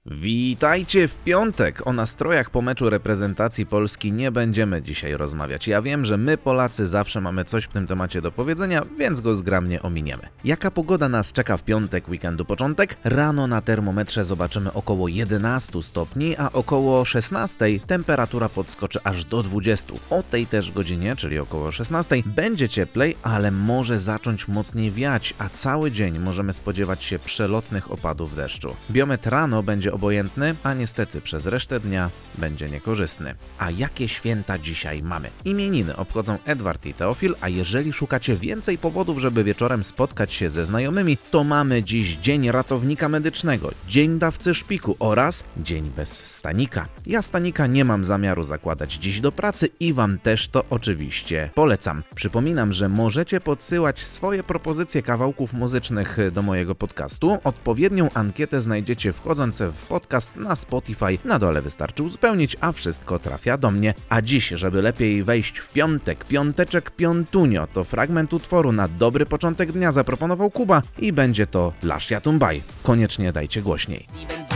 Witajcie w piątek! O nastrojach po meczu reprezentacji Polski nie będziemy dzisiaj rozmawiać. Ja wiem, że my Polacy zawsze mamy coś w tym temacie do powiedzenia, więc go zgrabnie ominiemy. Jaka pogoda nas czeka w piątek, weekendu początek? Rano na termometrze zobaczymy około 11 stopni, a około 16 temperatura podskoczy aż do 20. O tej też godzinie, czyli około 16, będzie cieplej, ale może zacząć mocniej wiać, a cały dzień możemy spodziewać się przelotnych opadów deszczu. Biometr rano będzie obojętny, a niestety przez resztę dnia będzie niekorzystny. A jakie święta dzisiaj mamy? Imieniny obchodzą Edward i Teofil, a jeżeli szukacie więcej powodów, żeby wieczorem spotkać się ze znajomymi, to mamy dziś Dzień Ratownika Medycznego, Dzień Dawcy Szpiku oraz Dzień bez stanika. Ja stanika nie mam zamiaru zakładać dziś do pracy i Wam też to oczywiście polecam. Przypominam, że możecie podsyłać swoje propozycje kawałków muzycznych do mojego podcastu. Odpowiednią ankietę znajdziecie wchodząc w podcast na Spotify. Na dole wystarczy uzupełnić, a wszystko trafia do mnie. A dziś, żeby lepiej wejść w piątek, piąteczek piątunio, to fragment utworu na dobry początek dnia zaproponował Kuba i będzie to Laszja Tumbaj. Koniecznie dajcie głośniej.